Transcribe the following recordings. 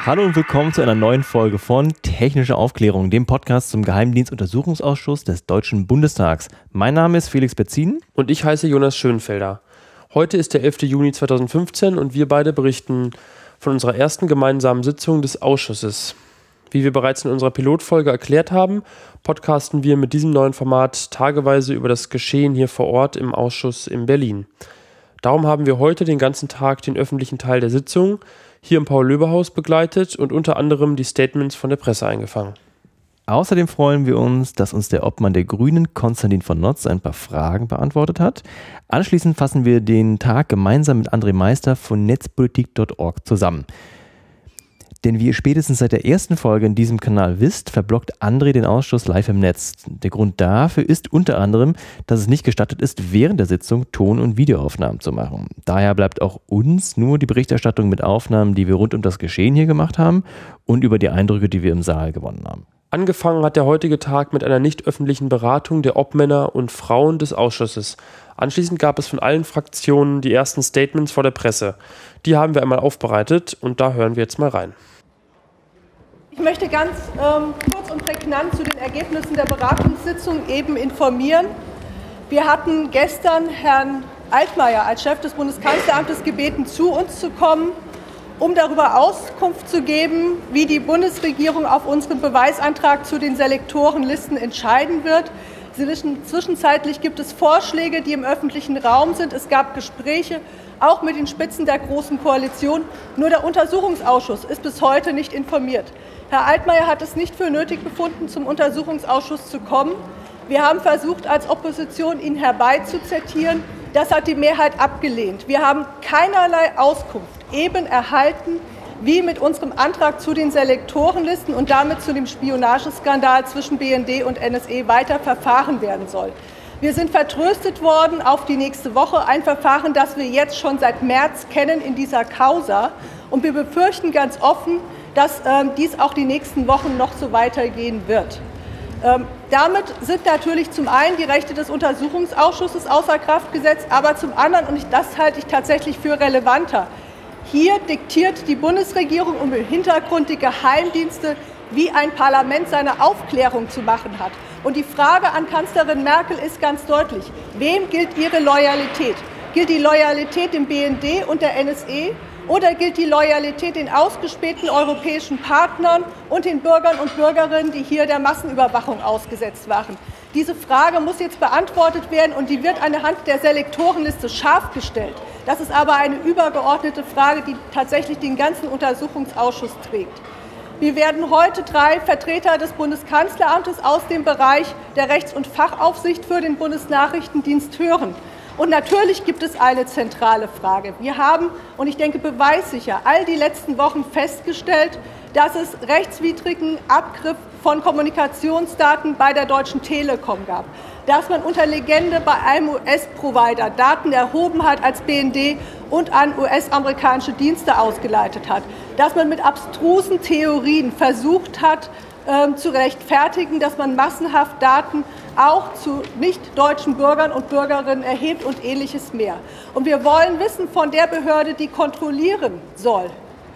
Hallo und willkommen zu einer neuen Folge von Technische Aufklärung, dem Podcast zum Geheimdienstuntersuchungsausschuss des Deutschen Bundestags. Mein Name ist Felix Betzin. Und ich heiße Jonas Schönfelder. Heute ist der 11. Juni 2015 und wir beide berichten von unserer ersten gemeinsamen Sitzung des Ausschusses. Wie wir bereits in unserer Pilotfolge erklärt haben, podcasten wir mit diesem neuen Format tageweise über das Geschehen hier vor Ort im Ausschuss in Berlin. Darum haben wir heute den ganzen Tag den öffentlichen Teil der Sitzung hier im Paul-Löbe-Haus begleitet und unter anderem die Statements von der Presse eingefangen. Außerdem freuen wir uns, dass uns der Obmann der Grünen, Konstantin von Notz, ein paar Fragen beantwortet hat. Anschließend fassen wir den Tag gemeinsam mit André Meister von netzpolitik.org zusammen. Denn wie ihr spätestens seit der ersten Folge in diesem Kanal wisst, verblockt André den Ausschuss live im Netz. Der Grund dafür ist unter anderem, dass es nicht gestattet ist, während der Sitzung Ton- und Videoaufnahmen zu machen. Daher bleibt auch uns nur die Berichterstattung mit Aufnahmen, die wir rund um das Geschehen hier gemacht haben und über die Eindrücke, die wir im Saal gewonnen haben. Angefangen hat der heutige Tag mit einer nicht öffentlichen Beratung der Obmänner und Frauen des Ausschusses. Anschließend gab es von allen Fraktionen die ersten Statements vor der Presse. Die haben wir einmal aufbereitet und da hören wir jetzt mal rein. Ich möchte ganz kurz und prägnant zu den Ergebnissen der Beratungssitzung eben informieren. Wir hatten gestern Herrn Altmaier als Chef des Bundeskanzleramtes gebeten, zu uns zu kommen, um darüber Auskunft zu geben, wie die Bundesregierung auf unseren Beweisantrag zu den Selektorenlisten entscheiden wird. Zwischenzeitlich gibt es Vorschläge, die im öffentlichen Raum sind. Es gab Gespräche, auch mit den Spitzen der Großen Koalition. Nur der Untersuchungsausschuss ist bis heute nicht informiert. Herr Altmaier hat es nicht für nötig befunden, zum Untersuchungsausschuss zu kommen. Wir haben versucht, als Opposition ihn herbeizuzitieren. Das hat die Mehrheit abgelehnt. Wir haben keinerlei Auskunft eben erhalten, wie mit unserem Antrag zu den Selektorenlisten und damit zu dem Spionageskandal zwischen BND und NSE weiter verfahren werden soll. Wir sind vertröstet worden auf die nächste Woche, ein Verfahren, das wir jetzt schon seit März kennen in dieser Causa. Und wir befürchten ganz offen, dass dies auch die nächsten Wochen noch so weitergehen wird. Damit sind natürlich zum einen die Rechte des Untersuchungsausschusses außer Kraft gesetzt, aber zum anderen, und das halte ich tatsächlich für relevanter, hier diktiert die Bundesregierung und im Hintergrund die Geheimdienste, wie ein Parlament seine Aufklärung zu machen hat. Und die Frage an Kanzlerin Merkel ist ganz deutlich: Wem gilt ihre Loyalität? Gilt die Loyalität dem BND und der NSE? Oder gilt die Loyalität den ausgespähten europäischen Partnern und den Bürgern und Bürgerinnen, die hier der Massenüberwachung ausgesetzt waren? Diese Frage muss jetzt beantwortet werden und die wird anhand der Selektorenliste scharf gestellt. Das ist aber eine übergeordnete Frage, die tatsächlich den ganzen Untersuchungsausschuss trägt. Wir werden heute 3 Vertreter des Bundeskanzleramtes aus dem Bereich der Rechts- und Fachaufsicht für den Bundesnachrichtendienst hören. Und natürlich gibt es eine zentrale Frage. Wir haben, und ich denke beweissicher, all die letzten Wochen festgestellt, dass es rechtswidrigen Abgriff von Kommunikationsdaten bei der Deutschen Telekom gab, dass man unter Legende bei einem US-Provider Daten erhoben hat als BND und an US-amerikanische Dienste ausgeleitet hat, dass man mit abstrusen Theorien versucht hat, zu rechtfertigen, dass man massenhaft Daten auch zu nicht-deutschen Bürgern und Bürgerinnen erhebt und Ähnliches mehr. Und wir wollen wissen von der Behörde, die kontrollieren soll,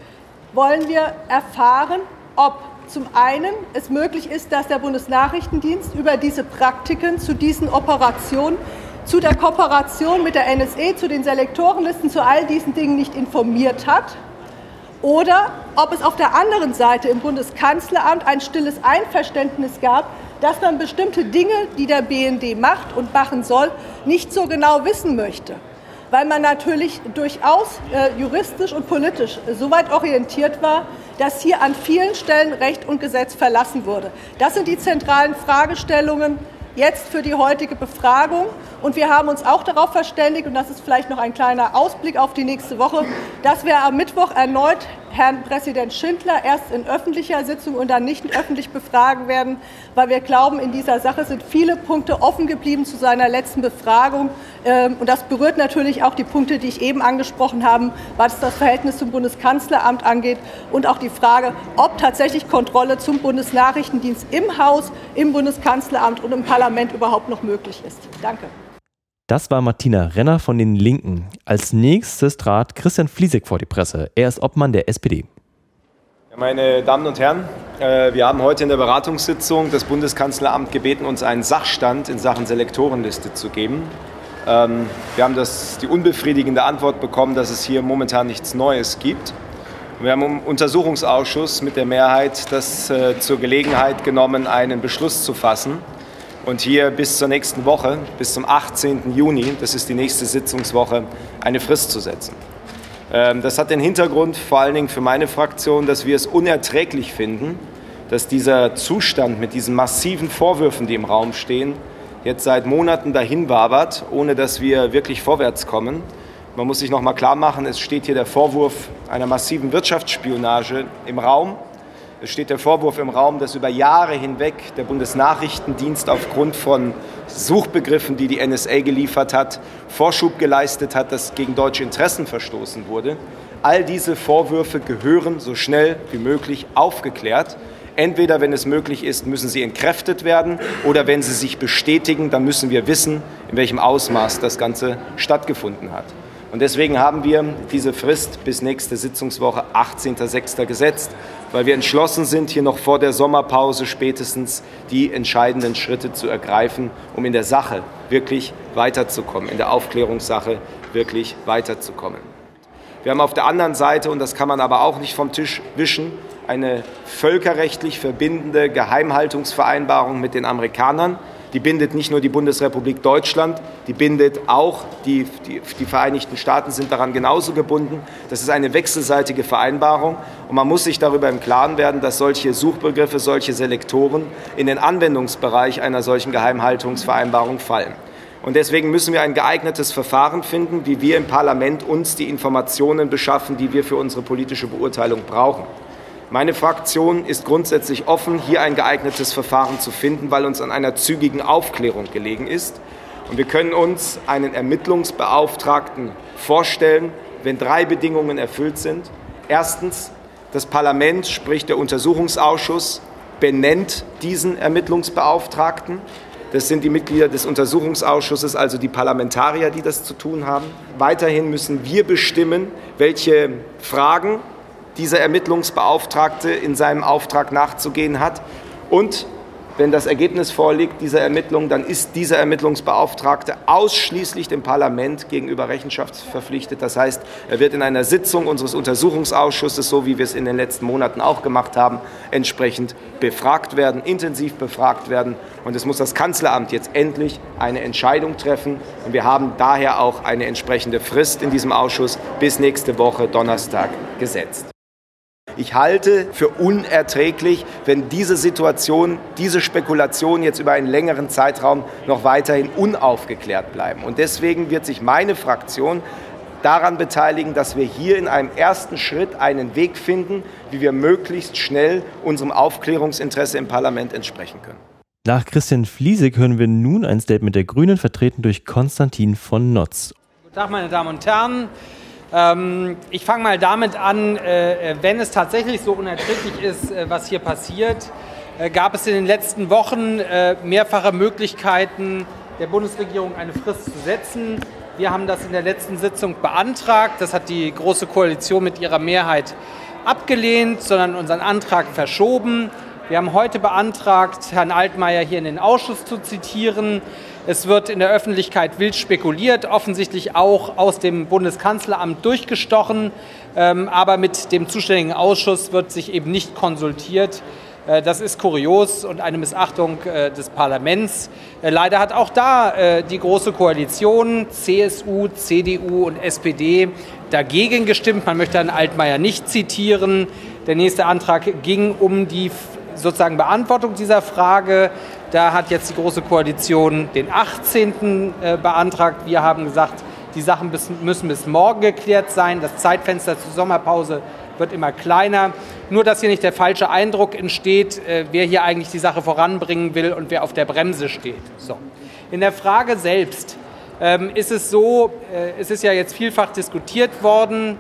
wollen wir erfahren, ob zum einen es möglich ist, dass der Bundesnachrichtendienst über diese Praktiken zu diesen Operationen, zu der Kooperation mit der NSE, zu den Selektorenlisten, zu all diesen Dingen nicht informiert hat. Oder ob es auf der anderen Seite im Bundeskanzleramt ein stilles Einverständnis gab, dass man bestimmte Dinge, die der BND macht und machen soll, nicht so genau wissen möchte. Weil man natürlich durchaus juristisch und politisch so weit orientiert war, dass hier an vielen Stellen Recht und Gesetz verlassen wurde. Das sind die zentralen Fragestellungen jetzt für die heutige Befragung. Und wir haben uns auch darauf verständigt, und das ist vielleicht noch ein kleiner Ausblick auf die nächste Woche, dass wir am Mittwoch erneut Herrn Präsident Schindler erst in öffentlicher Sitzung und dann nicht öffentlich befragen werden, weil wir glauben, in dieser Sache sind viele Punkte offen geblieben zu seiner letzten Befragung. Und das berührt natürlich auch die Punkte, die ich eben angesprochen habe, was das Verhältnis zum Bundeskanzleramt angeht und auch die Frage, ob tatsächlich Kontrolle zum Bundesnachrichtendienst im Haus, im Bundeskanzleramt und im Parlament überhaupt noch möglich ist. Danke. Das war Martina Renner von den Linken. Als nächstes trat Christian Fliesek vor die Presse. Er ist Obmann der SPD. Meine Damen und Herren, wir haben heute in der Beratungssitzung das Bundeskanzleramt gebeten, uns einen Sachstand in Sachen Selektorenliste zu geben. Wir haben die unbefriedigende Antwort bekommen, dass es hier momentan nichts Neues gibt. Wir haben im Untersuchungsausschuss mit der Mehrheit das zur Gelegenheit genommen, einen Beschluss zu fassen und hier bis zur nächsten Woche, bis zum 18. Juni, das ist die nächste Sitzungswoche, eine Frist zu setzen. Das hat den Hintergrund, vor allen Dingen für meine Fraktion, dass wir es unerträglich finden, dass dieser Zustand mit diesen massiven Vorwürfen, die im Raum stehen, jetzt seit Monaten dahin wabert, ohne dass wir wirklich vorwärts kommen. Man muss sich noch mal klar machen, es steht hier der Vorwurf einer massiven Wirtschaftsspionage im Raum. Es steht der Vorwurf im Raum, dass über Jahre hinweg der Bundesnachrichtendienst aufgrund von Suchbegriffen, die die NSA geliefert hat, Vorschub geleistet hat, dass gegen deutsche Interessen verstoßen wurde. All diese Vorwürfe gehören so schnell wie möglich aufgeklärt. Entweder, wenn es möglich ist, müssen sie entkräftet werden, oder wenn sie sich bestätigen, dann müssen wir wissen, in welchem Ausmaß das Ganze stattgefunden hat. Und deswegen haben wir diese Frist bis nächste Sitzungswoche 18.06. gesetzt, weil wir entschlossen sind, hier noch vor der Sommerpause spätestens die entscheidenden Schritte zu ergreifen, um in der Sache wirklich weiterzukommen, in der Aufklärungssache wirklich weiterzukommen. Wir haben auf der anderen Seite, und das kann man aber auch nicht vom Tisch wischen, eine völkerrechtlich verbindende Geheimhaltungsvereinbarung mit den Amerikanern. Die bindet nicht nur die Bundesrepublik Deutschland, die bindet auch die Vereinigten Staaten sind daran genauso gebunden. Das ist eine wechselseitige Vereinbarung und man muss sich darüber im Klaren werden, dass solche Suchbegriffe, solche Selektoren in den Anwendungsbereich einer solchen Geheimhaltungsvereinbarung fallen. Und deswegen müssen wir ein geeignetes Verfahren finden, wie wir im Parlament uns die Informationen beschaffen, die wir für unsere politische Beurteilung brauchen. Meine Fraktion ist grundsätzlich offen, hier ein geeignetes Verfahren zu finden, weil uns an einer zügigen Aufklärung gelegen ist. Und wir können uns einen Ermittlungsbeauftragten vorstellen, wenn 3 Bedingungen erfüllt sind. Erstens, das Parlament, sprich der Untersuchungsausschuss, benennt diesen Ermittlungsbeauftragten. Das sind die Mitglieder des Untersuchungsausschusses, also die Parlamentarier, die das zu tun haben. Weiterhin müssen wir bestimmen, welche Fragen dieser Ermittlungsbeauftragte in seinem Auftrag nachzugehen hat. Und wenn das Ergebnis vorliegt dieser Ermittlung, dann ist dieser Ermittlungsbeauftragte ausschließlich dem Parlament gegenüber rechenschaftsverpflichtet. Das heißt, er wird in einer Sitzung unseres Untersuchungsausschusses, so wie wir es in den letzten Monaten auch gemacht haben, entsprechend befragt werden, intensiv befragt werden. Und es muss das Kanzleramt jetzt endlich eine Entscheidung treffen. Und wir haben daher auch eine entsprechende Frist in diesem Ausschuss bis nächste Woche Donnerstag gesetzt. Ich halte für unerträglich, wenn diese Situation, diese Spekulation jetzt über einen längeren Zeitraum noch weiterhin unaufgeklärt bleiben. Und deswegen wird sich meine Fraktion daran beteiligen, dass wir hier in einem ersten Schritt einen Weg finden, wie wir möglichst schnell unserem Aufklärungsinteresse im Parlament entsprechen können. Nach Christian Fliesig hören wir nun ein Statement der Grünen, vertreten durch Konstantin von Notz. Guten Tag, meine Damen und Herren. Ich fange mal damit an, wenn es tatsächlich so unerträglich ist, was hier passiert, gab es in den letzten Wochen mehrfache Möglichkeiten, der Bundesregierung eine Frist zu setzen. Wir haben das in der letzten Sitzung beantragt. Das hat die Große Koalition mit ihrer Mehrheit abgelehnt, sondern unseren Antrag verschoben. Wir haben heute beantragt, Herrn Altmaier hier in den Ausschuss zu zitieren. Es wird in der Öffentlichkeit wild spekuliert, offensichtlich auch aus dem Bundeskanzleramt durchgestochen. Aber mit dem zuständigen Ausschuss wird sich eben nicht konsultiert. Das ist kurios und eine Missachtung des Parlaments. Leider hat auch da die Große Koalition, CSU, CDU und SPD, dagegen gestimmt. Man möchte Herrn Altmaier nicht zitieren. Der nächste Antrag ging um die sozusagen Beantwortung dieser Frage. Da hat jetzt die Große Koalition den 18. beantragt. Wir haben gesagt, die Sachen müssen bis morgen geklärt sein. Das Zeitfenster zur Sommerpause wird immer kleiner. Nur, dass hier nicht der falsche Eindruck entsteht, wer hier eigentlich die Sache voranbringen will und wer auf der Bremse steht. So. In der Frage selbst ist es so, es ist ja jetzt vielfach diskutiert worden,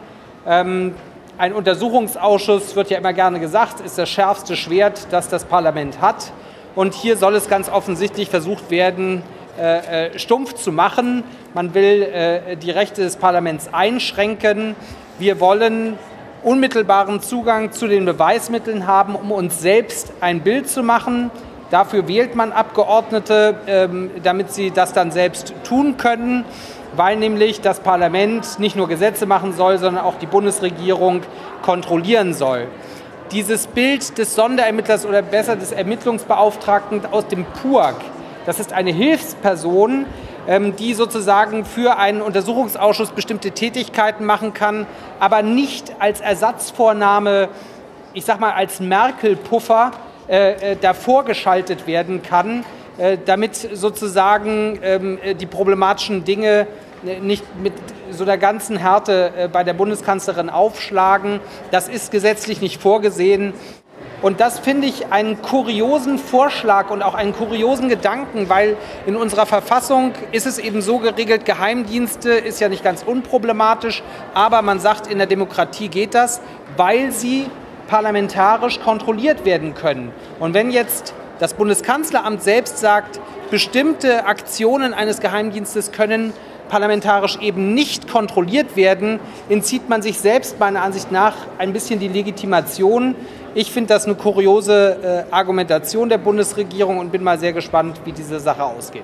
ein Untersuchungsausschuss, wird ja immer gerne gesagt, ist das schärfste Schwert, das das Parlament hat. Und hier soll es ganz offensichtlich versucht werden, stumpf zu machen. Man will die Rechte des Parlaments einschränken. Wir wollen unmittelbaren Zugang zu den Beweismitteln haben, um uns selbst ein Bild zu machen. Dafür wählt man Abgeordnete, damit sie das dann selbst tun können, weil nämlich das Parlament nicht nur Gesetze machen soll, sondern auch die Bundesregierung kontrollieren soll. Dieses Bild des Sonderermittlers oder besser des Ermittlungsbeauftragten aus dem PUAG, das ist eine Hilfsperson, die sozusagen für einen Untersuchungsausschuss bestimmte Tätigkeiten machen kann, aber nicht als Ersatzvornahme, ich sag mal als Merkel-Puffer davor geschaltet werden kann, damit sozusagen die problematischen Dinge nicht mit so der ganzen Härte bei der Bundeskanzlerin aufschlagen. Das ist gesetzlich nicht vorgesehen. Und das finde ich einen kuriosen Vorschlag und auch einen kuriosen Gedanken, weil in unserer Verfassung ist es eben so geregelt, Geheimdienste ist ja nicht ganz unproblematisch, aber man sagt, in der Demokratie geht das, weil sie parlamentarisch kontrolliert werden können. Und wenn jetzt das Bundeskanzleramt selbst sagt, bestimmte Aktionen eines Geheimdienstes können parlamentarisch eben nicht kontrolliert werden, entzieht man sich selbst meiner Ansicht nach ein bisschen die Legitimation. Ich finde das eine kuriose Argumentation der Bundesregierung und bin mal sehr gespannt, wie diese Sache ausgeht.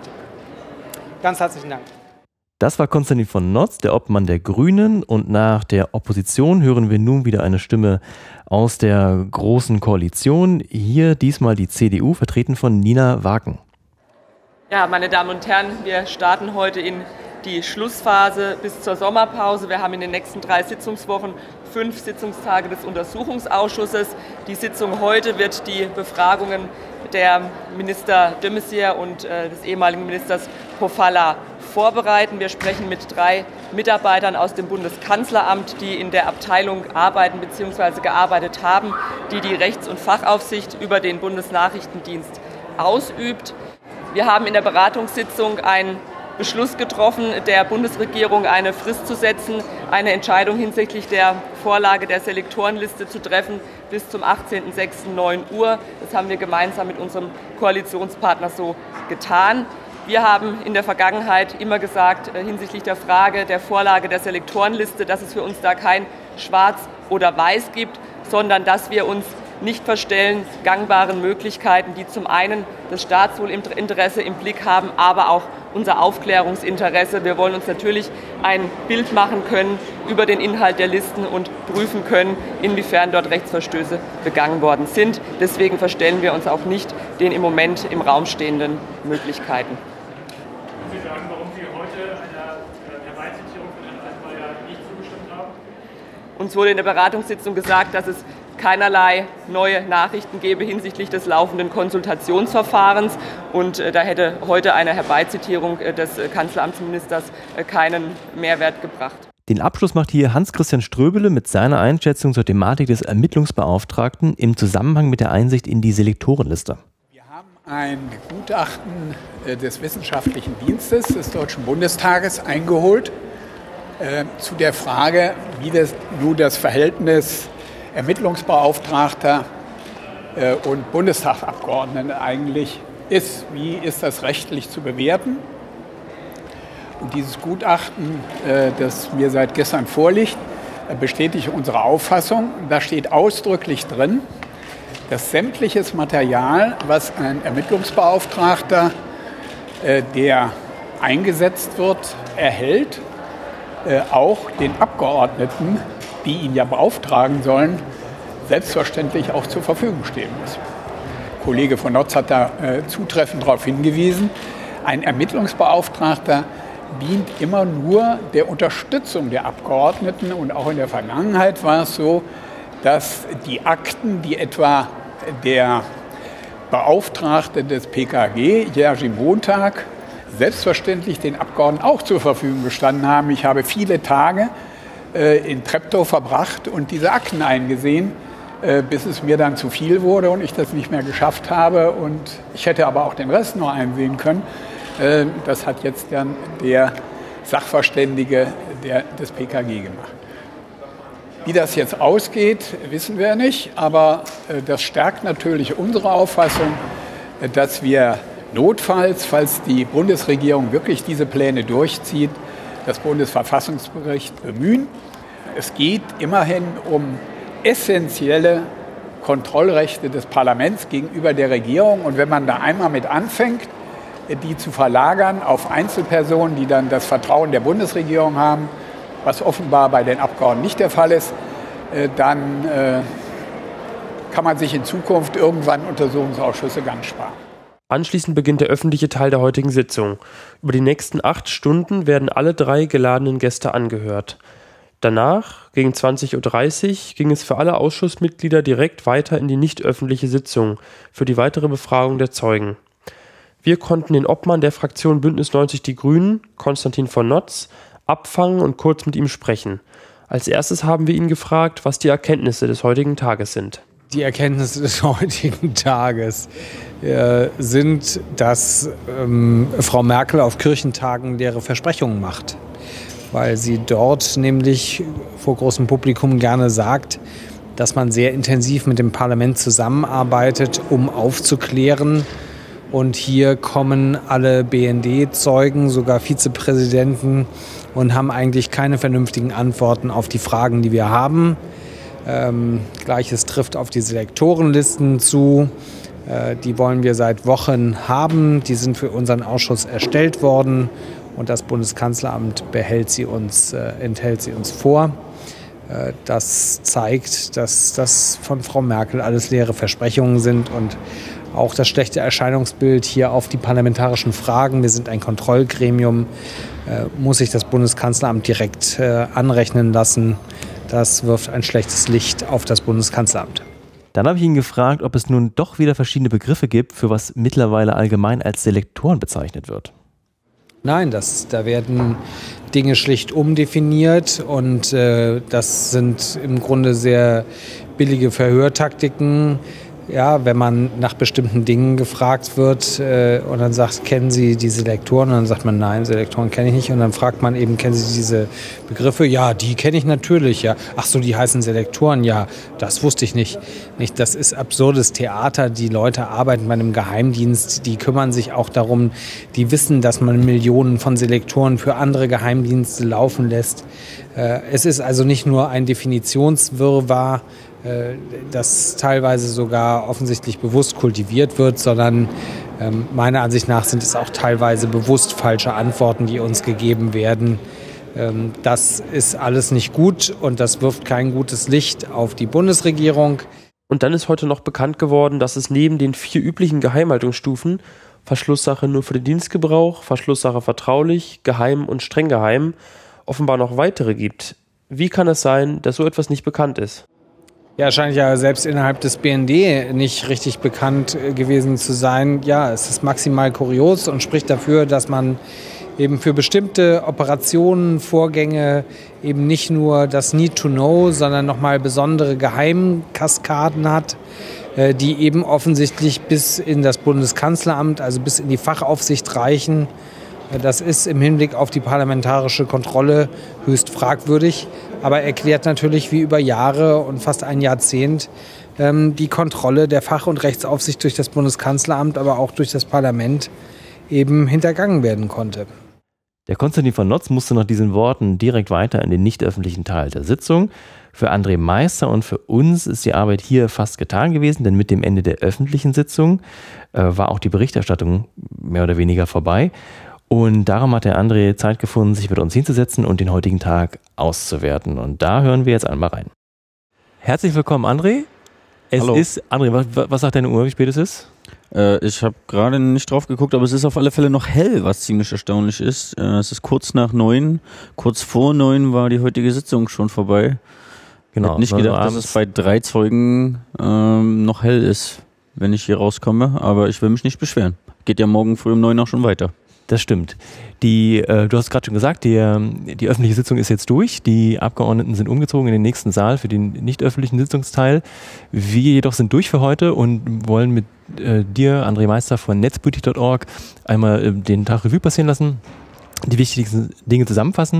Ganz herzlichen Dank. Das war Konstantin von Notz, der Obmann der Grünen. Und nach der Opposition hören wir nun wieder eine Stimme aus der Großen Koalition. Hier diesmal die CDU, vertreten von Nina Waken. Ja, meine Damen und Herren, wir starten heute in die Schlussphase bis zur Sommerpause. Wir haben in den nächsten 3 Sitzungswochen 5 Sitzungstage des Untersuchungsausschusses. Die Sitzung heute wird die Befragungen der Minister de Maizière und des ehemaligen Ministers Pofalla vorbereiten. Wir sprechen mit 3 Mitarbeitern aus dem Bundeskanzleramt, die in der Abteilung arbeiten bzw. gearbeitet haben, die die Rechts- und Fachaufsicht über den Bundesnachrichtendienst ausübt. Wir haben in der Beratungssitzung einen Beschluss getroffen, der Bundesregierung eine Frist zu setzen, eine Entscheidung hinsichtlich der Vorlage der Selektorenliste zu treffen bis zum 18.06.09 Uhr. Das haben wir gemeinsam mit unserem Koalitionspartner so getan. Wir haben in der Vergangenheit immer gesagt, hinsichtlich der Frage der Vorlage der Selektorenliste, dass es für uns da kein Schwarz oder Weiß gibt, sondern dass wir uns nicht verstellen gangbaren Möglichkeiten, die zum einen das Staatswohlinteresse im Blick haben, aber auch unser Aufklärungsinteresse. Wir wollen uns natürlich ein Bild machen können über den Inhalt der Listen und prüfen können, inwiefern dort Rechtsverstöße begangen worden sind. Deswegen verstellen wir uns auch nicht den im Moment im Raum stehenden Möglichkeiten. Können Sie sagen, warum Sie heute einer Herbeizitierung von Herrn Altmaier nicht zugestimmt haben? Uns wurde in der Beratungssitzung gesagt, dass es keinerlei neue Nachrichten gebe hinsichtlich des laufenden Konsultationsverfahrens und da hätte heute eine Herbeizitierung des Kanzleramtsministers keinen Mehrwert gebracht. Den Abschluss macht hier Hans-Christian Ströbele mit seiner Einschätzung zur Thematik des Ermittlungsbeauftragten im Zusammenhang mit der Einsicht in die Selektorenliste. Wir haben ein Gutachten des Wissenschaftlichen Dienstes des Deutschen Bundestages eingeholt zu der Frage, wie das Verhältnis Ermittlungsbeauftragter und Bundestagsabgeordneten eigentlich ist. Wie ist das rechtlich zu bewerten? Und dieses Gutachten, das mir seit gestern vorliegt, bestätigt unsere Auffassung. Da steht ausdrücklich drin, dass sämtliches Material, was ein Ermittlungsbeauftragter, der eingesetzt wird, erhält, auch den Abgeordneten, die ihn ja beauftragen sollen, selbstverständlich auch zur Verfügung stehen muss. Kollege von Notz hat da zutreffend darauf hingewiesen, ein Ermittlungsbeauftragter dient immer nur der Unterstützung der Abgeordneten und auch in der Vergangenheit war es so, dass die Akten, die etwa der Beauftragte des PKG, Jerzy Montag, selbstverständlich den Abgeordneten auch zur Verfügung gestanden haben. Ich habe viele Tage in Treptow verbracht und diese Akten eingesehen, bis es mir dann zu viel wurde und ich das nicht mehr geschafft habe. Und ich hätte aber auch den Rest noch einsehen können. Das hat jetzt dann der Sachverständige des PKG gemacht. Wie das jetzt ausgeht, wissen wir nicht, aber das stärkt natürlich unsere Auffassung, dass wir notfalls, falls die Bundesregierung wirklich diese Pläne durchzieht, das Bundesverfassungsgericht bemühen Es geht immerhin um essentielle Kontrollrechte des Parlaments gegenüber der Regierung. Und wenn man da einmal mit anfängt, die zu verlagern auf Einzelpersonen, die dann das Vertrauen der Bundesregierung haben, was offenbar bei den Abgeordneten nicht der Fall ist, dann kann man sich in Zukunft irgendwann Untersuchungsausschüsse ganz sparen. Anschließend beginnt der öffentliche Teil der heutigen Sitzung. Über die nächsten 8 Stunden werden alle 3 geladenen Gäste angehört. Danach, gegen 20:30 Uhr, ging es für alle Ausschussmitglieder direkt weiter in die nicht öffentliche Sitzung für die weitere Befragung der Zeugen. Wir konnten den Obmann der Fraktion Bündnis 90 Die Grünen, Konstantin von Notz, abfangen und kurz mit ihm sprechen. Als erstes haben wir ihn gefragt, was die Erkenntnisse des heutigen Tages sind. Die Erkenntnisse des heutigen Tages sind, dass Frau Merkel auf Kirchentagen leere Versprechungen macht, weil sie dort nämlich vor großem Publikum gerne sagt, dass man sehr intensiv mit dem Parlament zusammenarbeitet, um aufzuklären. Und hier kommen alle BND-Zeugen, sogar Vizepräsidenten, und haben eigentlich keine vernünftigen Antworten auf die Fragen, die wir haben. Gleiches trifft auf die Selektorenlisten zu. Die wollen wir seit Wochen haben. Die sind für unseren Ausschuss erstellt worden und das Bundeskanzleramt enthält sie uns vor. Das zeigt, dass das von Frau Merkel alles leere Versprechungen sind und auch das schlechte Erscheinungsbild hier auf die parlamentarischen Fragen. Wir sind ein Kontrollgremium, muss sich das Bundeskanzleramt direkt anrechnen lassen. Das wirft ein schlechtes Licht auf das Bundeskanzleramt. Dann habe ich ihn gefragt, ob es nun doch wieder verschiedene Begriffe gibt, für was mittlerweile allgemein als Selektoren bezeichnet wird. Nein, da werden Dinge schlicht umdefiniert und das sind im Grunde sehr billige Verhörtaktiken. Ja, wenn man nach bestimmten Dingen gefragt wird und dann sagt, kennen Sie die Selektoren? Und dann sagt man, nein, Selektoren kenne ich nicht. Und dann fragt man eben, kennen Sie diese Begriffe? Ja, die kenne ich natürlich. Ja. Ach so, die heißen Selektoren? Ja, das wusste ich nicht. Das ist absurdes Theater. Die Leute arbeiten bei einem Geheimdienst. Die kümmern sich auch darum. Die wissen, dass man Millionen von Selektoren für andere Geheimdienste laufen lässt. Es ist also nicht nur ein Definitionswirrwarr, das teilweise sogar offensichtlich bewusst kultiviert wird, sondern meiner Ansicht nach sind es auch teilweise bewusst falsche Antworten, die uns gegeben werden. Das ist alles nicht gut und das wirft kein gutes Licht auf die Bundesregierung. Und dann ist heute noch bekannt geworden, dass es neben den 4 üblichen Geheimhaltungsstufen Verschlusssache nur für den Dienstgebrauch, Verschlusssache vertraulich, geheim und streng geheim offenbar noch weitere gibt. Wie kann es sein, dass so etwas nicht bekannt ist? Ja, scheint ja selbst innerhalb des BND nicht richtig bekannt gewesen zu sein. Ja, es ist maximal kurios und spricht dafür, dass man eben für bestimmte Operationen, Vorgänge eben nicht nur das Need to Know, sondern nochmal besondere Geheimkaskaden hat, die eben offensichtlich bis in das Bundeskanzleramt, also bis in die Fachaufsicht reichen. Das ist im Hinblick auf die parlamentarische Kontrolle höchst fragwürdig, aber erklärt natürlich, wie über Jahre und fast ein Jahrzehnt die Kontrolle der Fach- und Rechtsaufsicht durch das Bundeskanzleramt, aber auch durch das Parlament eben hintergangen werden konnte. Der Konstantin von Notz musste nach diesen Worten direkt weiter in den nicht öffentlichen Teil der Sitzung. Für André Meister und für uns ist die Arbeit hier fast getan gewesen, denn mit dem Ende der öffentlichen Sitzung war auch die Berichterstattung mehr oder weniger vorbei. Und darum hat der André Zeit gefunden, sich mit uns hinzusetzen und den heutigen Tag auszuwerten. Und da hören wir jetzt einmal rein. Herzlich willkommen, André. Hallo. André, was sagt deine Uhr, wie spät es ist? Ich habe gerade nicht drauf geguckt, aber es ist auf alle Fälle noch hell, was ziemlich erstaunlich ist. Es ist kurz nach 9, kurz vor 9 war die heutige Sitzung schon vorbei. Genau. Ich hätte nicht gedacht, dass es bei 3 Zeugen noch hell ist, wenn ich hier rauskomme, aber ich will mich nicht beschweren. Geht ja morgen früh um 9 auch schon weiter. Das stimmt. Du hast gerade schon gesagt, die öffentliche Sitzung ist jetzt durch. Die Abgeordneten sind umgezogen in den nächsten Saal für den nicht öffentlichen Sitzungsteil. Wir jedoch sind durch für heute und wollen mit dir, André Meister von netzpolitik.org, einmal den Tag Revue passieren lassen, die wichtigsten Dinge zusammenfassen.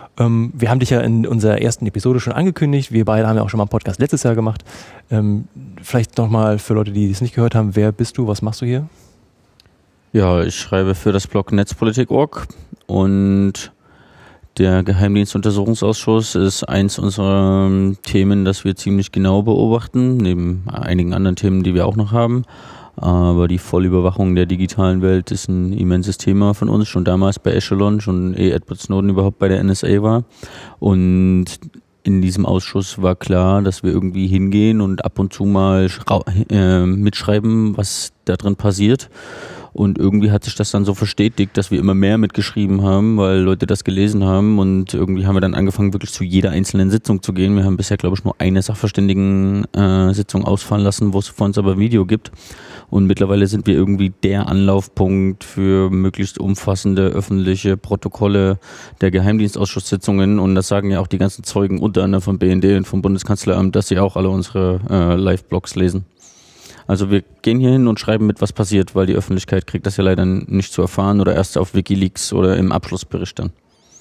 Wir haben dich ja in unserer ersten Episode schon angekündigt. Wir beide haben ja auch schon mal einen Podcast letztes Jahr gemacht. Vielleicht nochmal für Leute, die es nicht gehört haben, wer bist du, was machst du hier? Ja, ich schreibe für das Blog netzpolitik.org und Der Geheimdienstuntersuchungsausschuss ist eins unserer Themen, das wir ziemlich genau beobachten, neben einigen anderen Themen, die wir auch noch haben. Aber die Vollüberwachung der digitalen Welt ist ein immenses Thema von uns, schon damals bei Echelon, schon ehe Edward Snowden überhaupt bei der NSA war. Und in diesem Ausschuss war klar, dass wir irgendwie hingehen und ab und zu mal mitschreiben, was da drin passiert. Und irgendwie hat sich das dann so verstetigt, dass wir immer mehr mitgeschrieben haben, weil Leute das gelesen haben. Und irgendwie haben wir dann angefangen, wirklich zu jeder einzelnen Sitzung zu gehen. Wir haben bisher, glaube ich, nur eine Sachverständigen-Sitzung ausfallen lassen, wo es von uns aber Video gibt. Und mittlerweile sind wir irgendwie der Anlaufpunkt für möglichst umfassende öffentliche Protokolle der Geheimdienstausschusssitzungen. Und das sagen ja auch die ganzen Zeugen, unter anderem vom BND und vom Bundeskanzleramt, dass sie auch alle unsere Live-Blogs lesen. Also wir gehen hier hin und schreiben mit, was passiert, weil die Öffentlichkeit kriegt das ja leider nicht zu erfahren oder erst auf WikiLeaks oder im Abschlussbericht dann.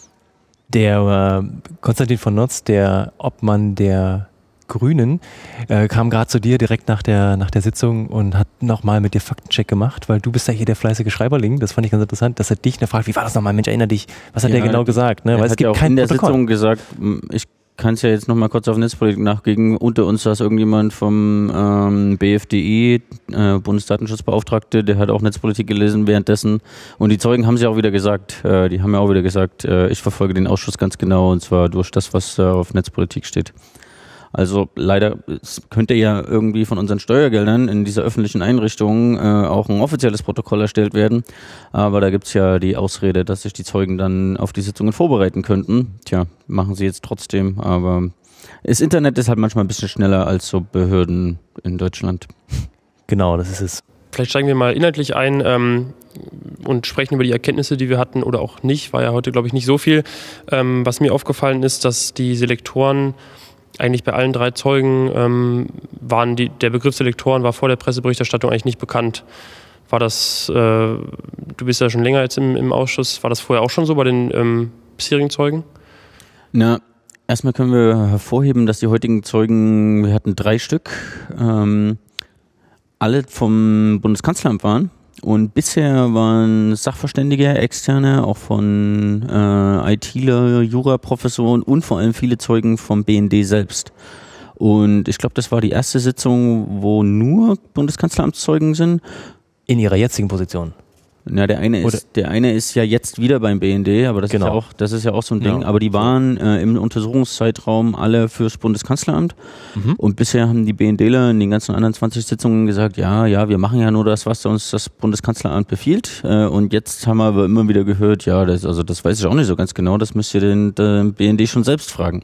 Der Konstantin von Notz, der Obmann der Grünen, kam gerade zu dir direkt nach der Sitzung und hat nochmal mit dir Faktencheck gemacht, weil du bist ja hier der fleißige Schreiberling. Das fand ich ganz interessant, dass er dich fragt, wie war das nochmal, Mensch, erinnere dich, was hat der genau gesagt? Ne? Er weil hat es gibt ja auch kein in der Protokoll. Sitzung gesagt, ich kann es ja jetzt nochmal kurz auf Netzpolitik nachgehen. Unter uns saß irgendjemand vom BFDI, Bundesdatenschutzbeauftragte, der hat auch Netzpolitik gelesen währenddessen. Und die Zeugen haben es ja auch wieder gesagt, die haben ja auch wieder gesagt, ich verfolge den Ausschuss ganz genau und zwar durch das, was da auf Netzpolitik steht. Also leider könnte ja irgendwie von unseren Steuergeldern in dieser öffentlichen Einrichtung auch ein offizielles Protokoll erstellt werden. Aber da gibt's ja die Ausrede, dass sich die Zeugen dann auf die Sitzungen vorbereiten könnten. Tja, machen sie jetzt trotzdem. Aber das Internet ist halt manchmal ein bisschen schneller als so Behörden in Deutschland. Genau, das ist es. Vielleicht steigen wir mal inhaltlich ein und sprechen über die Erkenntnisse, die wir hatten oder auch nicht. War ja heute, glaube ich, nicht so viel. Was mir aufgefallen ist, dass die Selektoren eigentlich bei allen 3 Zeugen der Begriff Selektoren war vor der Presseberichterstattung eigentlich nicht bekannt. War das, du bist ja schon länger jetzt im Ausschuss, war das vorher auch schon so bei den bisherigen Zeugen? Na, erstmal können wir hervorheben, dass die heutigen Zeugen, wir hatten 3 Stück, alle vom Bundeskanzleramt waren. Und bisher waren Sachverständige, Externe, auch von ITler, Juraprofessoren und vor allem viele Zeugen vom BND selbst. Und ich glaube, das war die erste Sitzung, wo nur Bundeskanzleramtszeugen sind. In ihrer jetzigen Position. Ja, der eine ist ja jetzt wieder beim BND, aber das ist ja auch so ein Ding. Ja. Aber die waren im Untersuchungszeitraum alle fürs Bundeskanzleramt. Mhm. Und bisher haben die BNDler in den ganzen anderen 20 Sitzungen gesagt, ja, wir machen ja nur das, was uns das Bundeskanzleramt befiehlt. Und jetzt haben wir aber immer wieder gehört, das weiß ich auch nicht so ganz genau, das müsst ihr den BND schon selbst fragen.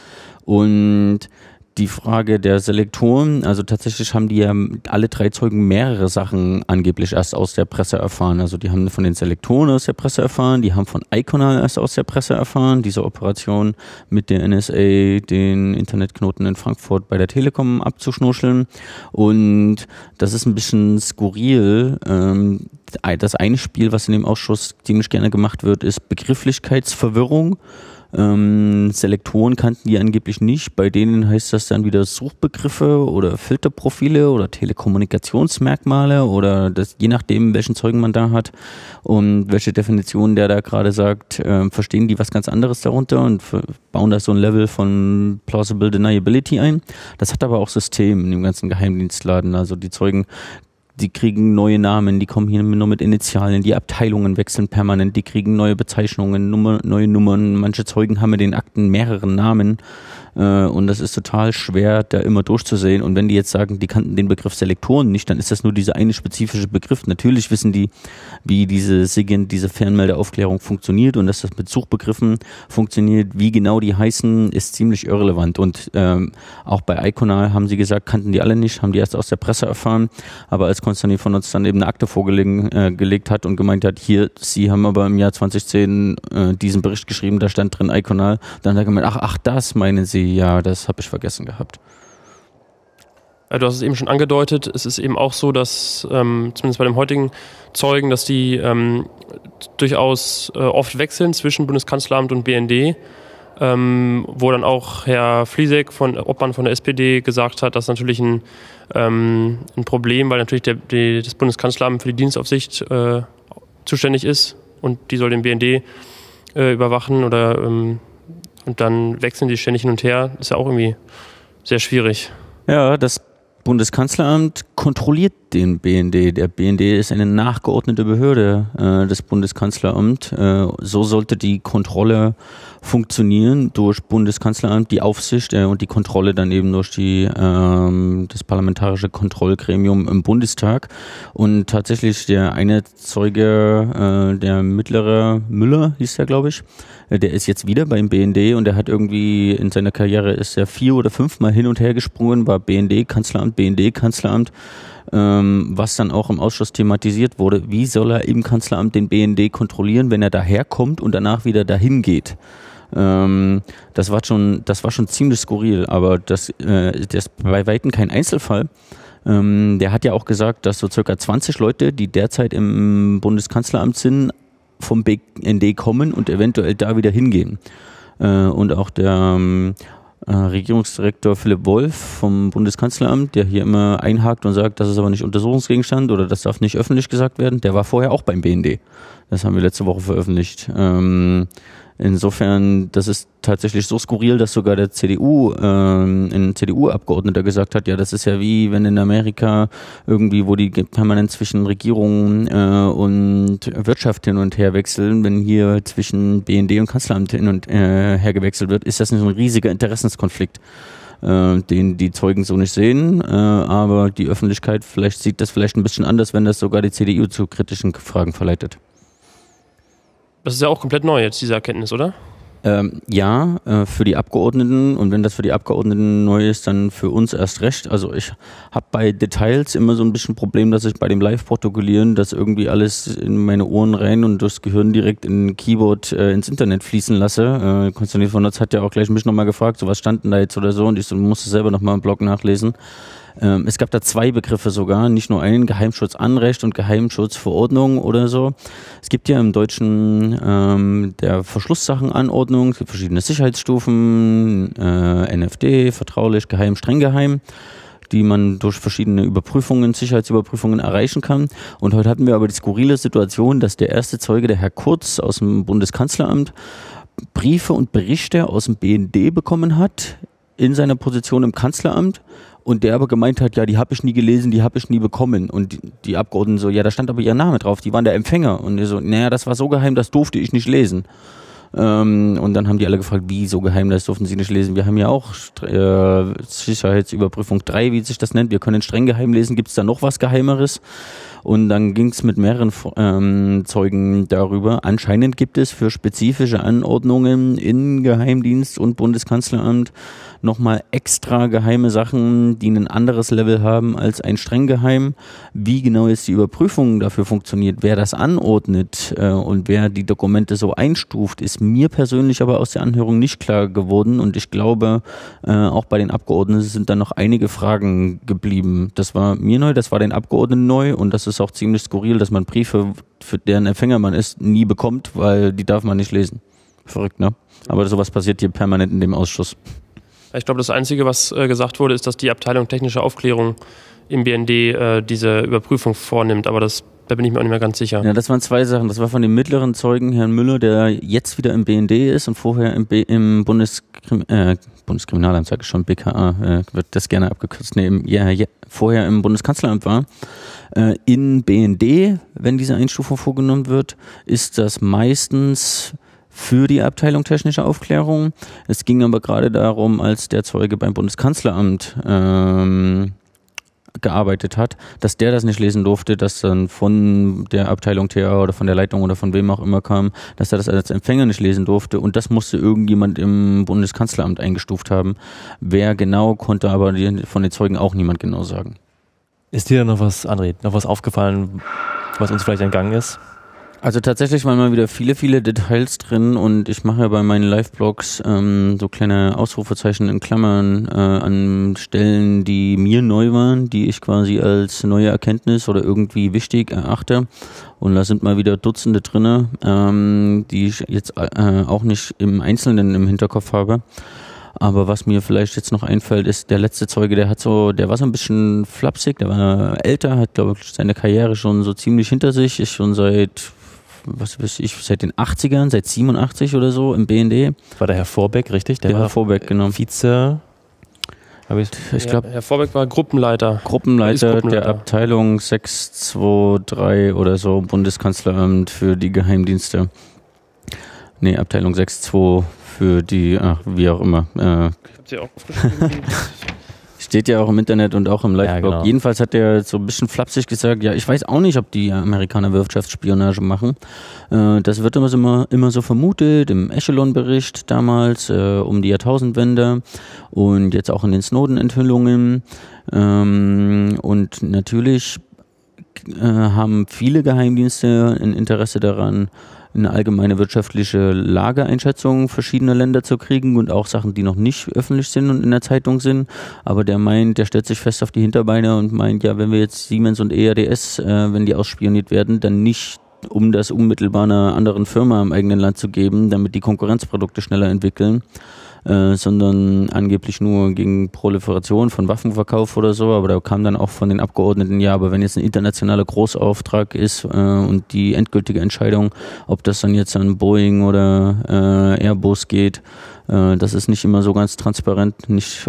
Und die Frage der Selektoren, also tatsächlich haben die ja alle 3 Zeugen mehrere Sachen angeblich erst aus der Presse erfahren. Also die haben von den Selektoren aus der Presse erfahren, die haben von Iconal erst aus der Presse erfahren, diese Operation mit der NSA, den Internetknoten in Frankfurt bei der Telekom abzuschnuscheln. Und das ist ein bisschen skurril. Das eine Spiel, was in dem Ausschuss ziemlich gerne gemacht wird, ist Begrifflichkeitsverwirrung. Selektoren kannten die angeblich nicht. Bei denen heißt das dann wieder Suchbegriffe oder Filterprofile oder Telekommunikationsmerkmale oder das, je nachdem, welchen Zeugen man da hat und welche Definition der da gerade sagt, verstehen die was ganz anderes darunter und bauen da so ein Level von Plausible Deniability ein. Das hat aber auch System in dem ganzen Geheimdienstladen. Also die Zeugen, die kriegen neue Namen, die kommen hier nur mit Initialen, die Abteilungen wechseln permanent, die kriegen neue Bezeichnungen, neue Nummern. Manche Zeugen haben in den Akten mehrere Namen und das ist total schwer, da immer durchzusehen. Und wenn die jetzt sagen, die kannten den Begriff Selektoren nicht, dann ist das nur dieser eine spezifische Begriff. Natürlich wissen die, wie diese SIGINT, diese Fernmeldeaufklärung funktioniert und dass das mit Suchbegriffen funktioniert. Wie genau die heißen, ist ziemlich irrelevant. Und auch bei Iconal haben sie gesagt, kannten die alle nicht, haben die erst aus der Presse erfahren. Aber als Konstantin von uns dann eben eine Akte vorgelegt hat und gemeint hat, hier, Sie haben aber im Jahr 2010 diesen Bericht geschrieben, da stand drin Iconal, dann hat er gemeint, ach, das meinen Sie, ja, das habe ich vergessen gehabt. Du hast es eben schon angedeutet, es ist eben auch so, dass zumindest bei dem heutigen Zeugen, dass die durchaus oft wechseln zwischen Bundeskanzleramt und BND, wo dann auch Herr Fliesek, Obmann von der SPD, gesagt hat, dass natürlich ein Problem, weil natürlich das Bundeskanzleramt für die Dienstaufsicht zuständig ist und die soll dem BND überwachen oder und dann wechseln die ständig hin und her. Ist ja auch irgendwie sehr schwierig. Ja, das Bundeskanzleramt kontrolliert den BND. Der BND ist eine nachgeordnete Behörde des Bundeskanzleramts. So sollte die Kontrolle funktionieren durch Bundeskanzleramt, die Aufsicht und die Kontrolle dann eben durch das parlamentarische Kontrollgremium im Bundestag. Und tatsächlich der eine Zeuge, der mittlere Müller hieß der, glaube ich, der ist jetzt wieder beim BND und der hat irgendwie in seiner Karriere ist er 4 oder 5 Mal hin und her gesprungen, war BND-Kanzleramt, was dann auch im Ausschuss thematisiert wurde. Wie soll er im Kanzleramt den BND kontrollieren, wenn er daherkommt und danach wieder dahin geht? Das war schon ziemlich skurril, aber das ist bei Weitem kein Einzelfall. Der hat ja auch gesagt, dass so circa 20 Leute, die derzeit im Bundeskanzleramt sind, vom BND kommen und eventuell da wieder hingehen. Und auch der Regierungsdirektor Philipp Wolf vom Bundeskanzleramt, der hier immer einhakt und sagt, das ist aber nicht Untersuchungsgegenstand oder das darf nicht öffentlich gesagt werden, der war vorher auch beim BND. Das haben wir letzte Woche veröffentlicht. Insofern, das ist tatsächlich so skurril, dass sogar der ein CDU-Abgeordneter gesagt hat, ja, das ist ja wie wenn in Amerika irgendwie, wo die permanent zwischen Regierung und Wirtschaft hin und her wechseln, wenn hier zwischen BND und Kanzleramt hin und her gewechselt wird, ist das nicht so ein riesiger Interessenskonflikt, den die Zeugen so nicht sehen, aber die Öffentlichkeit sieht das vielleicht ein bisschen anders, wenn das sogar die CDU zu kritischen Fragen verleitet. Das ist ja auch komplett neu jetzt, diese Erkenntnis, oder? Für die Abgeordneten, und wenn das für die Abgeordneten neu ist, dann für uns erst recht. Also ich habe bei Details immer so ein bisschen Problem, dass ich bei dem Live-Protokollieren das irgendwie alles in meine Ohren rein und durchs Gehirn direkt in ein Keyboard ins Internet fließen lasse. Konstantin von Notz hat ja auch gleich mich nochmal gefragt, so was stand denn da jetzt oder so, und ich so, musste selber nochmal im Blog nachlesen. Es gab da 2 Begriffe sogar, nicht nur einen, Geheimschutzanrecht und Geheimschutzverordnung oder so. Es gibt ja im Deutschen der Verschlusssachenanordnung, es gibt verschiedene Sicherheitsstufen, NFD, vertraulich, geheim, streng geheim, die man durch verschiedene Sicherheitsüberprüfungen erreichen kann. Und heute hatten wir aber die skurrile Situation, dass der erste Zeuge, der Herr Kurz aus dem Bundeskanzleramt, Briefe und Berichte aus dem BND bekommen hat in seiner Position im Kanzleramt. Und der aber gemeint hat, ja, die habe ich nie gelesen, die habe ich nie bekommen. Und die Abgeordneten so, ja, da stand aber ihr Name drauf, die waren der Empfänger. Und er so, naja, das war so geheim, das durfte ich nicht lesen. Und dann haben die alle gefragt, wie so geheim, das durften sie nicht lesen. Wir haben ja auch Sicherheitsüberprüfung 3, wie sich das nennt. Wir können streng geheim lesen, gibt es da noch was Geheimeres? Und dann ging es mit mehreren Zeugen darüber. Anscheinend gibt es für spezifische Anordnungen in Geheimdienst und Bundeskanzleramt nochmal extra geheime Sachen, die ein anderes Level haben als ein streng geheim. Wie genau jetzt die Überprüfung dafür funktioniert, wer das anordnet und wer die Dokumente so einstuft, ist mir persönlich aber aus der Anhörung nicht klar geworden. Und ich glaube, auch bei den Abgeordneten sind da noch einige Fragen geblieben. Das war mir neu, das war den Abgeordneten neu, und das ist auch ziemlich skurril, dass man Briefe, für deren Empfänger man ist, nie bekommt, weil die darf man nicht lesen. Verrückt, ne? Aber sowas passiert hier permanent in dem Ausschuss. Ich glaube, das Einzige, was gesagt wurde, ist, dass die Abteilung technische Aufklärung im BND diese Überprüfung vornimmt, aber da bin ich mir auch nicht mehr ganz sicher. Ja, das waren 2 Sachen. Das war von dem mittleren Zeugen, Herrn Müller, der jetzt wieder im BND ist und vorher im Bundeskriminalamt, sage ich schon, BKA, wird das gerne abgekürzt, vorher im Bundeskanzleramt war. In BND, wenn diese Einstufung vorgenommen wird, ist das meistens für die Abteilung technische Aufklärung. Es ging aber gerade darum, als der Zeuge beim Bundeskanzleramt gearbeitet hat, dass der das nicht lesen durfte, dass dann von der Abteilung TA oder von der Leitung oder von wem auch immer kam, dass er das als Empfänger nicht lesen durfte, und das musste irgendjemand im Bundeskanzleramt eingestuft haben. Wer genau, konnte aber von den Zeugen auch niemand genau sagen. Ist dir noch was, André, noch was aufgefallen, was uns vielleicht entgangen ist? Also tatsächlich waren mal wieder viele Details drin, und ich mache ja bei meinen Live-Blogs so kleine Ausrufezeichen in Klammern an Stellen, die mir neu waren, die ich quasi als neue Erkenntnis oder irgendwie wichtig erachte. Und da sind mal wieder Dutzende drinne, die ich jetzt auch nicht im Einzelnen im Hinterkopf habe. Aber was mir vielleicht jetzt noch einfällt, ist der letzte Zeuge, der war so ein bisschen flapsig, der war älter, hat, glaube ich, seine Karriere schon so ziemlich hinter sich, ist schon seit was weiß ich, seit den 80ern, seit 87 oder so im BND. War der Herr Vorbeck, richtig? Der Herr Vorbeck, genau. Vize... Ich glaube, Herr Vorbeck war Gruppenleiter der Abteilung 623 oder so, Bundeskanzleramt für die Geheimdienste. Nee, Abteilung 62 für die, wie auch immer. Ich habe sie auch aufgeschrieben. Steht ja auch im Internet und auch im Live-Blog. Ja, genau. Jedenfalls hat der so ein bisschen flapsig gesagt, ja, ich weiß auch nicht, ob die Amerikaner Wirtschaftsspionage machen. Das wird immer so vermutet, im Echelon-Bericht damals, um die Jahrtausendwende und jetzt auch in den Snowden-Enthüllungen. Und natürlich haben viele Geheimdienste ein Interesse daran, eine allgemeine wirtschaftliche Lageeinschätzung verschiedener Länder zu kriegen und auch Sachen, die noch nicht öffentlich sind und in der Zeitung sind. Aber der stellt sich fest auf die Hinterbeine und meint, ja, wenn wir jetzt Siemens und EADS, wenn die ausspioniert werden, dann nicht, um das unmittelbar einer anderen Firma im eigenen Land zu geben, damit die Konkurrenzprodukte schneller entwickeln, sondern angeblich nur gegen Proliferation von Waffenverkauf oder so, aber da kam dann auch von den Abgeordneten, ja, aber wenn jetzt ein internationaler Großauftrag ist und die endgültige Entscheidung, ob das dann jetzt an Boeing oder Airbus geht, das ist nicht immer so ganz transparent, nicht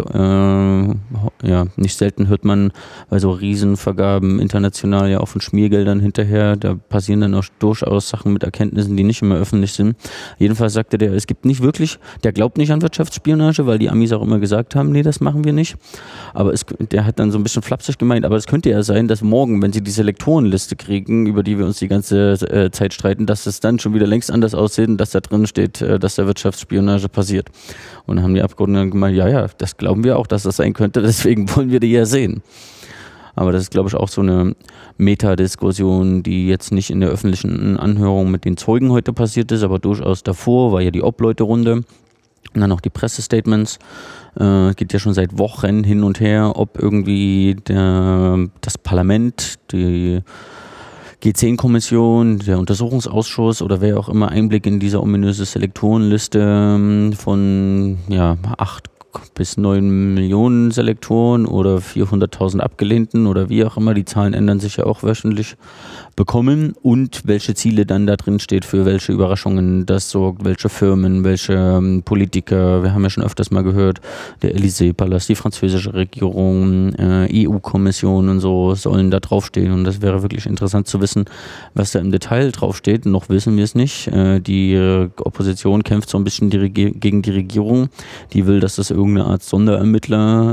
selten hört man bei so Riesenvergaben international ja auch von Schmiergeldern hinterher, da passieren dann auch durchaus Sachen mit Erkenntnissen, die nicht immer öffentlich sind. Jedenfalls sagte der, es gibt nicht wirklich, der glaubt nicht an Wirtschaftsspionage, weil die Amis auch immer gesagt haben, nee, das machen wir nicht. Aber der hat dann so ein bisschen flapsig gemeint, aber es könnte ja sein, dass morgen, wenn sie die Selektorenliste kriegen, über die wir uns die ganze Zeit streiten, dass es dann schon wieder längst anders aussieht und dass da drin steht, dass da Wirtschaftsspionage passiert. Und dann haben die Abgeordneten gemeint, ja, das glauben wir auch, dass das sein könnte, deswegen wollen wir die ja sehen. Aber das ist, glaube ich, auch so eine Metadiskussion, die jetzt nicht in der öffentlichen Anhörung mit den Zeugen heute passiert ist, aber durchaus davor war ja die Obleuterunde und dann auch die Pressestatements. Geht ja schon seit Wochen hin und her, ob irgendwie das Parlament, die G10-Kommission, der Untersuchungsausschuss oder wer auch immer Einblick in diese ominöse Selektorenliste von 8 bis 9 Millionen Selektoren oder 400.000 Abgelehnten oder wie auch immer, die Zahlen ändern sich ja auch wöchentlich, bekommen und welche Ziele dann da drin steht, für welche Überraschungen das sorgt, welche Firmen, welche Politiker, wir haben ja schon öfters mal gehört, der Élysée-Palast, die französische Regierung, EU-Kommission und so sollen da draufstehen und das wäre wirklich interessant zu wissen, was da im Detail draufsteht, noch wissen wir es nicht. Die Opposition kämpft so ein bisschen gegen die Regierung, die will, dass das irgendeine Art Sonderermittler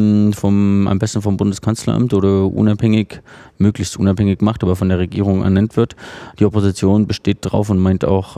am besten vom Bundeskanzleramt oder möglichst unabhängig macht, aber von der Regierung ernannt wird. Die Opposition besteht drauf und meint auch,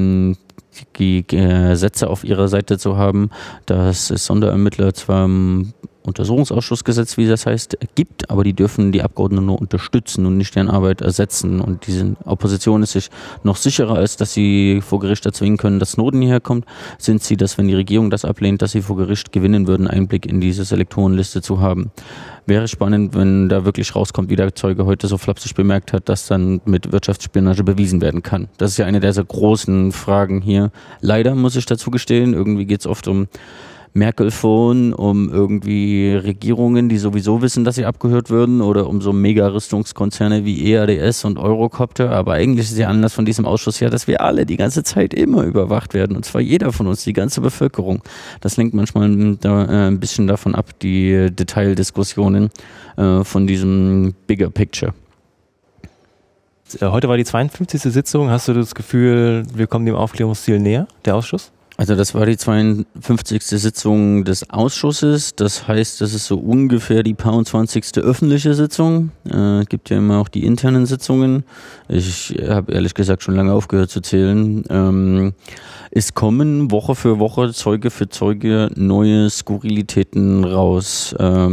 die Gesetze auf ihrer Seite zu haben, dass es Sonderermittler zwar im Untersuchungsausschussgesetz, wie das heißt, gibt, aber die dürfen die Abgeordneten nur unterstützen und nicht deren Arbeit ersetzen. Und diese Opposition ist sich noch sicherer, als dass sie vor Gericht erzwingen können, dass Snowden hierher kommt, sind sie, dass wenn die Regierung das ablehnt, dass sie vor Gericht gewinnen würden, Einblick in diese Selektorenliste zu haben. Wäre spannend, wenn da wirklich rauskommt, wie der Zeuge heute so flapsig bemerkt hat, dass dann mit Wirtschaftsspionage bewiesen werden kann. Das ist ja eine der sehr großen Fragen hier. Leider muss ich dazu gestehen, irgendwie geht es oft um Merkel-Phone, um irgendwie Regierungen, die sowieso wissen, dass sie abgehört würden, oder um so Mega-Rüstungskonzerne wie EADS und Eurocopter. Aber eigentlich ist der Anlass von diesem Ausschuss ja, dass wir alle die ganze Zeit immer überwacht werden. Und zwar jeder von uns, die ganze Bevölkerung. Das lenkt manchmal ein bisschen davon ab, die Detaildiskussionen von diesem Bigger Picture. Heute war die 52. Sitzung. Hast du das Gefühl, wir kommen dem Aufklärungsziel näher, der Ausschuss? Also das war die 52. Sitzung des Ausschusses, das heißt, das ist so ungefähr die 20. öffentliche Sitzung. Es gibt ja immer auch die internen Sitzungen. Ich habe ehrlich gesagt schon lange aufgehört zu zählen. Es kommen Woche für Woche, Zeuge für Zeuge neue Skurrilitäten raus.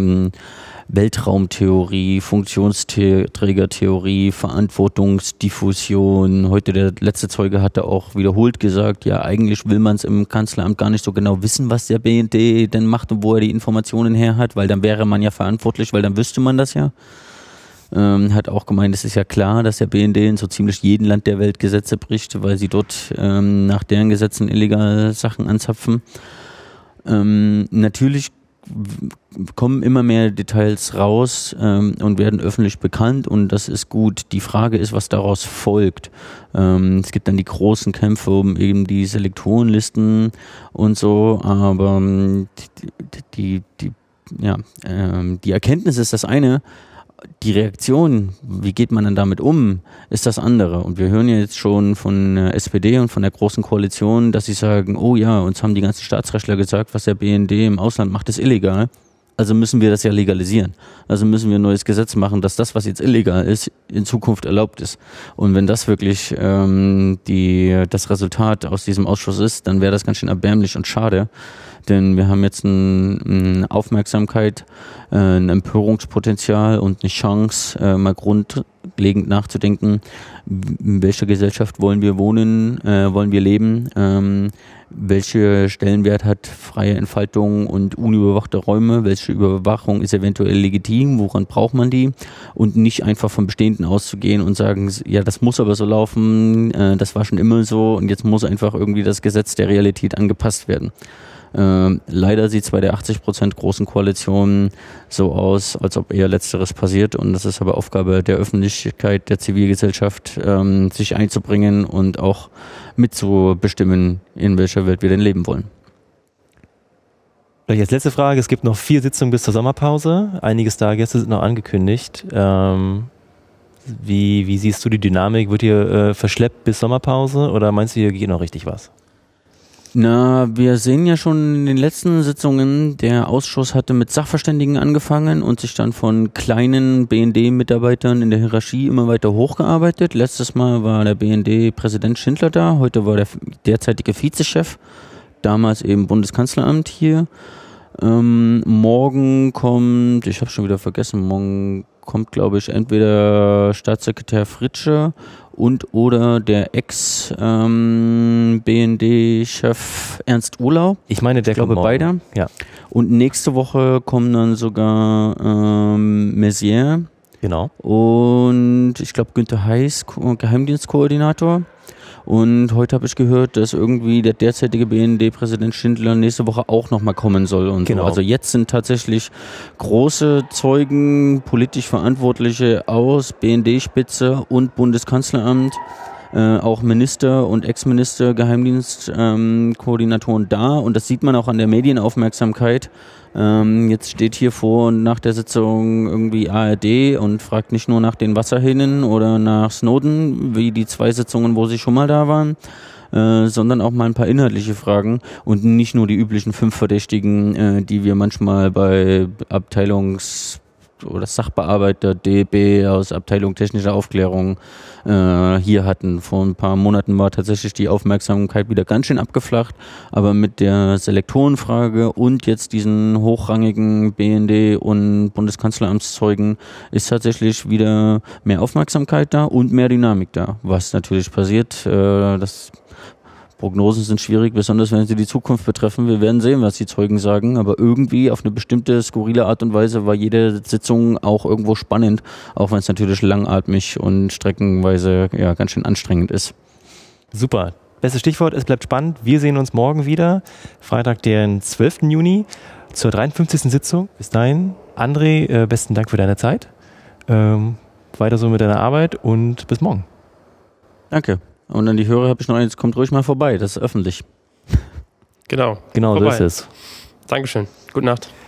Weltraumtheorie, Funktionsträgertheorie, Verantwortungsdiffusion. Heute der letzte Zeuge hatte auch wiederholt gesagt, ja, eigentlich will man es im Kanzleramt gar nicht so genau wissen, was der BND denn macht und wo er die Informationen her hat, weil dann wäre man ja verantwortlich, weil dann wüsste man das ja. Hat auch gemeint, es ist ja klar, dass der BND in so ziemlich jedem Land der Welt Gesetze bricht, weil sie dort nach deren Gesetzen illegal Sachen anzapfen. Natürlich kommen immer mehr Details raus und werden öffentlich bekannt und das ist gut. Die Frage ist, was daraus folgt. Es gibt dann die großen Kämpfe um eben die Selektorenlisten und so, aber die Erkenntnis ist das eine. Die Reaktion, wie geht man dann damit um, ist das andere. Und wir hören ja jetzt schon von der SPD und von der Großen Koalition, dass sie sagen, oh ja, uns haben die ganzen Staatsrechtler gesagt, was der BND im Ausland macht, ist illegal. Also müssen wir das ja legalisieren. Also müssen wir ein neues Gesetz machen, dass das, was jetzt illegal ist, in Zukunft erlaubt ist. Und wenn das wirklich das Resultat aus diesem Ausschuss ist, dann wäre das ganz schön erbärmlich und schade. Denn wir haben jetzt eine Aufmerksamkeit, ein Empörungspotenzial und eine Chance, mal grundlegend nachzudenken, in welcher Gesellschaft wollen wir wohnen, wollen wir leben, welche Stellenwert hat freie Entfaltung und unüberwachte Räume, welche Überwachung ist eventuell legitim, woran braucht man die und nicht einfach vom Bestehenden auszugehen und sagen, ja, das muss aber so laufen, das war schon immer so und jetzt muss einfach irgendwie das Gesetz der Realität angepasst werden. Leider sieht es bei der 80% großen Koalition so aus, als ob eher Letzteres passiert und das ist aber Aufgabe der Öffentlichkeit, der Zivilgesellschaft, sich einzubringen und auch mitzubestimmen, in welcher Welt wir denn leben wollen. Vielleicht als letzte Frage, es gibt noch 4 Sitzungen bis zur Sommerpause, einige Stargäste sind noch angekündigt. Wie siehst du die Dynamik? Wird hier verschleppt bis Sommerpause oder meinst du, hier geht noch richtig was? Na, wir sehen ja schon in den letzten Sitzungen, der Ausschuss hatte mit Sachverständigen angefangen und sich dann von kleinen BND-Mitarbeitern in der Hierarchie immer weiter hochgearbeitet. Letztes Mal war der BND-Präsident Schindler da, heute war der derzeitige Vizechef, damals eben Bundeskanzleramt hier. Morgen kommt, ich habe schon wieder vergessen, morgen kommt, glaube ich, entweder Staatssekretär Fritsche und oder der Ex-BND-Chef Ernst Urlau. Ich meine, der glaube beide. Ja. Und nächste Woche kommen dann sogar Maizière. Genau. Und ich glaube Günther Heiß, Geheimdienstkoordinator. Und heute habe ich gehört, dass irgendwie der derzeitige BND-Präsident Schindler nächste Woche auch nochmal kommen soll. Und genau. So. Also jetzt sind tatsächlich große Zeugen, politisch Verantwortliche aus BND-Spitze und Bundeskanzleramt, auch Minister und Ex-Minister, Geheimdienstkoordinatoren da. Und das sieht man auch an der Medienaufmerksamkeit. Jetzt steht hier vor und nach der Sitzung irgendwie ARD und fragt nicht nur nach den Wasserhähnen oder nach Snowden, wie die 2 Sitzungen, wo sie schon mal da waren, sondern auch mal ein paar inhaltliche Fragen und nicht nur die üblichen 5 Verdächtigen, die wir manchmal bei oder Sachbearbeiter DB aus Abteilung technischer Aufklärung hier hatten. Vor ein paar Monaten war tatsächlich die Aufmerksamkeit wieder ganz schön abgeflacht, aber mit der Selektorenfrage und jetzt diesen hochrangigen BND- und Bundeskanzleramtszeugen ist tatsächlich wieder mehr Aufmerksamkeit da und mehr Dynamik da. Was natürlich passiert, Prognosen sind schwierig, besonders wenn sie die Zukunft betreffen. Wir werden sehen, was die Zeugen sagen, aber irgendwie auf eine bestimmte skurrile Art und Weise war jede Sitzung auch irgendwo spannend, auch wenn es natürlich langatmig und streckenweise ja ganz schön anstrengend ist. Super. Bestes Stichwort, es bleibt spannend. Wir sehen uns morgen wieder, Freitag, den 12. Juni, zur 53. Sitzung. Bis dahin, André, besten Dank für deine Zeit. Weiter so mit deiner Arbeit und bis morgen. Danke. Und an die Hörer habe ich noch eins, kommt ruhig mal vorbei, das ist öffentlich. Genau. Genau, so ist es. Dankeschön. Gute Nacht.